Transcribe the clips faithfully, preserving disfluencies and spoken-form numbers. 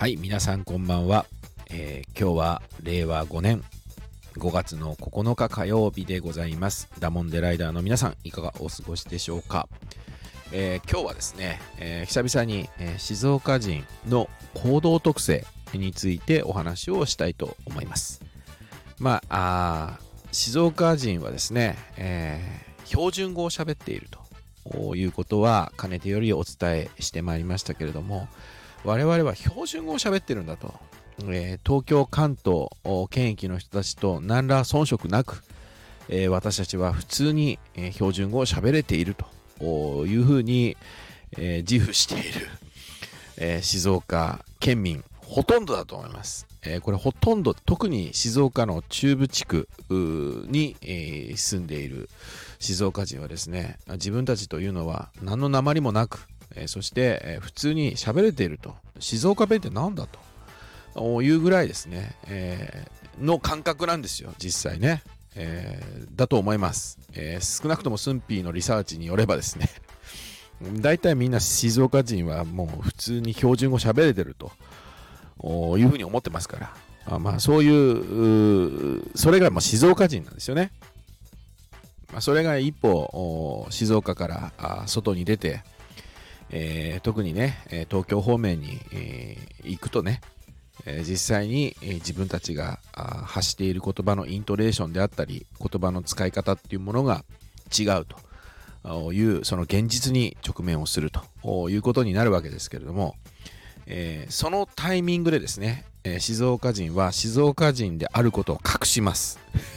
はい、皆さんこんばんは、えー、今日はれいわごねんごがつのここのか火曜日でございます。ダモンデライダーの皆さんいかがお過ごしでしょうか。えー、今日はですね、えー、久々に、えー、静岡人の行動特性についてお話をしたいと思います。まあ、あ静岡人はですね、えー、標準語を喋っているということはかねてよりお伝えしてまいりましたけれども、我々は標準語を喋ってるんだと、えー、東京関東圏域の人たちと何ら遜色なく、えー、私たちは普通に、えー、標準語を喋れているというふうに、えー、自負している、えー、静岡県民ほとんどだと思います。えー、これほとんど、特に静岡の中部地区に、えー、住んでいる静岡人はですね、自分たちというのは何の訛りもなく、えー、そして、えー、普通に喋れていると。静岡弁ってなんだというぐらいですね、えー、の感覚なんですよ、実際ね。えー、だと思います。えー、少なくともスンピーのリサーチによればですね、大体みんな静岡人はもう普通に標準語喋れてるというふうに思ってますから、あまあそういう、うそれがもう静岡人なんですよね。まあ、それが一歩静岡から外に出て、えー、特にね東京方面に、えー、行くとね、えー、実際に、えー、自分たちが発している言葉のイントネーションであったり言葉の使い方っていうものが違うというその現実に直面をするということになるわけですけれども、えー、そのタイミングでですね、えー、静岡人は静岡人であることを隠します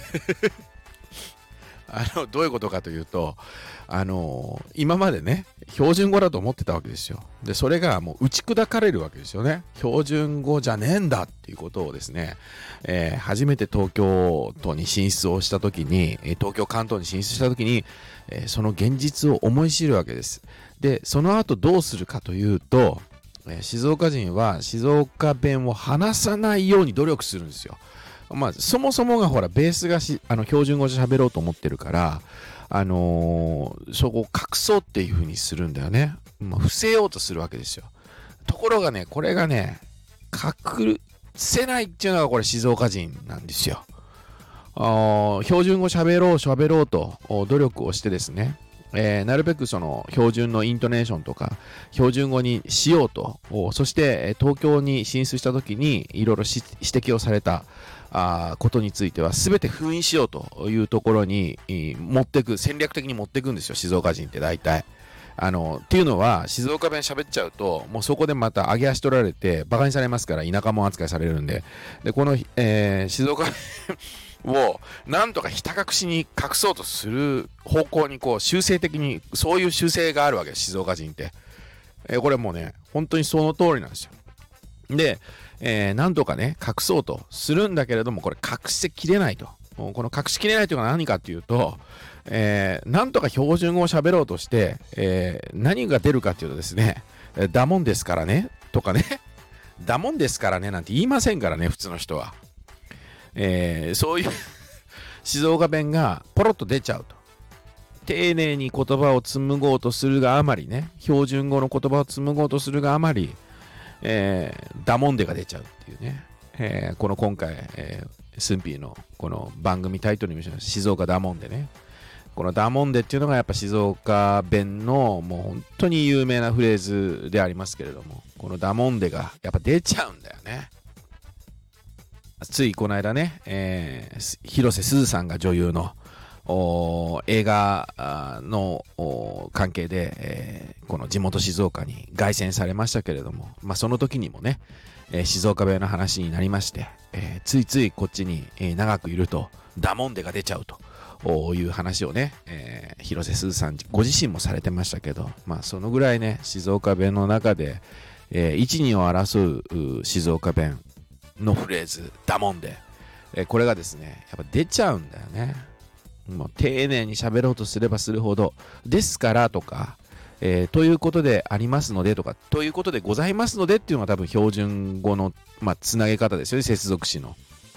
あのどういうことかというと、あのー、今までね標準語だと思ってたわけですよ。でそれがもう打ち砕かれるわけですよね。標準語じゃねえんだっていうことをですね、えー、初めて東京都に進出をした時に東京関東に進出した時に、えー、その現実を思い知るわけです。でその後どうするかというと、えー、静岡人は静岡弁を話さないように努力するんですよ。まあ、そもそもがほらベースがしあの標準語で喋ろうと思ってるから、あのー、そこを隠そうっていう風にするんだよね。まあ、伏せようとするわけですよ。ところがねこれがね隠せないっていうのがこれ静岡人なんですよ。あ標準語喋ろう喋ろうと努力をしてですね、えー、なるべくその標準のイントネーションとか標準語にしようと、そして東京に進出した時にいろいろ指摘をされたあことについては全て封印しようというところに持っていく、戦略的に持っていくんですよ、静岡人って大体。あのっていうのは静岡弁喋っちゃうともうそこでまた上げ足取られてバカにされますから、田舎者扱いされるんで、でこの、えー、静岡弁をなんとかひた隠しに隠そうとする方向にこう修正的にそういう修正があるわけです、静岡人って。えー、これもうね本当にその通りなんですよ。で、えー、なんとかね隠そうとするんだけれども、これ隠しきれないと。この隠しきれないというのは何かというと、えー、なんとか標準語を喋ろうとして、えー、何が出るかというとですね、だもんですからねとかねだもんですからねなんて言いませんからね、普通の人は。えー、そういう静岡弁がポロッと出ちゃうと。丁寧に言葉を紡ごうとするがあまりね、標準語の言葉を紡ごうとするがあまり、えー、ダモンデが出ちゃうっていうね、えー、この今回、えー、スンピーのこの番組タイトルにもしました静岡ダモンデね。このダモンデっていうのがやっぱ静岡弁のもう本当に有名なフレーズでありますけれども、このダモンデがやっぱ出ちゃうんだよね。ついこの間ね、えー、広瀬すずさんが女優の映画の関係で、えー、この地元静岡に凱旋されましたけれども、まあ、その時にもね、えー、静岡弁の話になりまして、えー、ついついこっちに、えー、長くいるとダモンデが出ちゃうという話をね、えー、広瀬すずさんご自身もされてましたけど、まあ、そのぐらいね静岡弁の中で、えー、一二を争う静岡弁のフレーズダモンデ、えー、これがですねやっぱ出ちゃうんだよね。もう丁寧に喋ろうとすればするほどですからとか、えー、ということでありますのでとかということでございますのでっていうのが多分標準語の、まあ、つなげ方ですよね、接続詞の。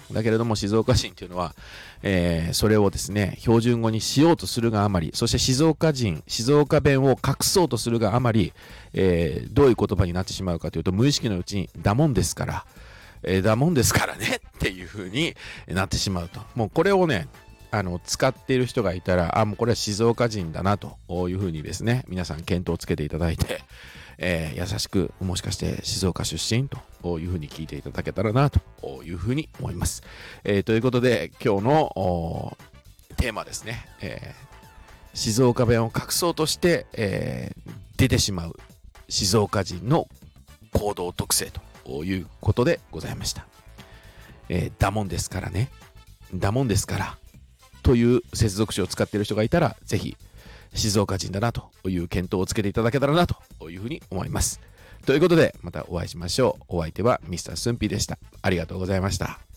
だけれども静岡人っていうのは、えー、それをですね標準語にしようとするがあまり、そして静岡人静岡弁を隠そうとするがあまり、えー、どういう言葉になってしまうかというと、無意識のうちにだもんですから、えー、だもんですからねっていう風になってしまうと。もうこれをねあの使っている人がいたら、あもうこれは静岡人だなという風にですね皆さん見当をつけていただいて、えー、優しくもしかして静岡出身というふうに聞いていただけたらなというふうに思います。えー、ということで今日のテーマですね、えー、静岡弁を隠そうとして、えー、出てしまう静岡人の行動特性ということでございました。えー、だもんですからね、だもんですからという接続詞を使っている人がいたら、ぜひ静岡人だなという見当をつけていただけたらなというふうに思います。ということでまたお会いしましょう。お相手はミスタースンピーでした。ありがとうございました。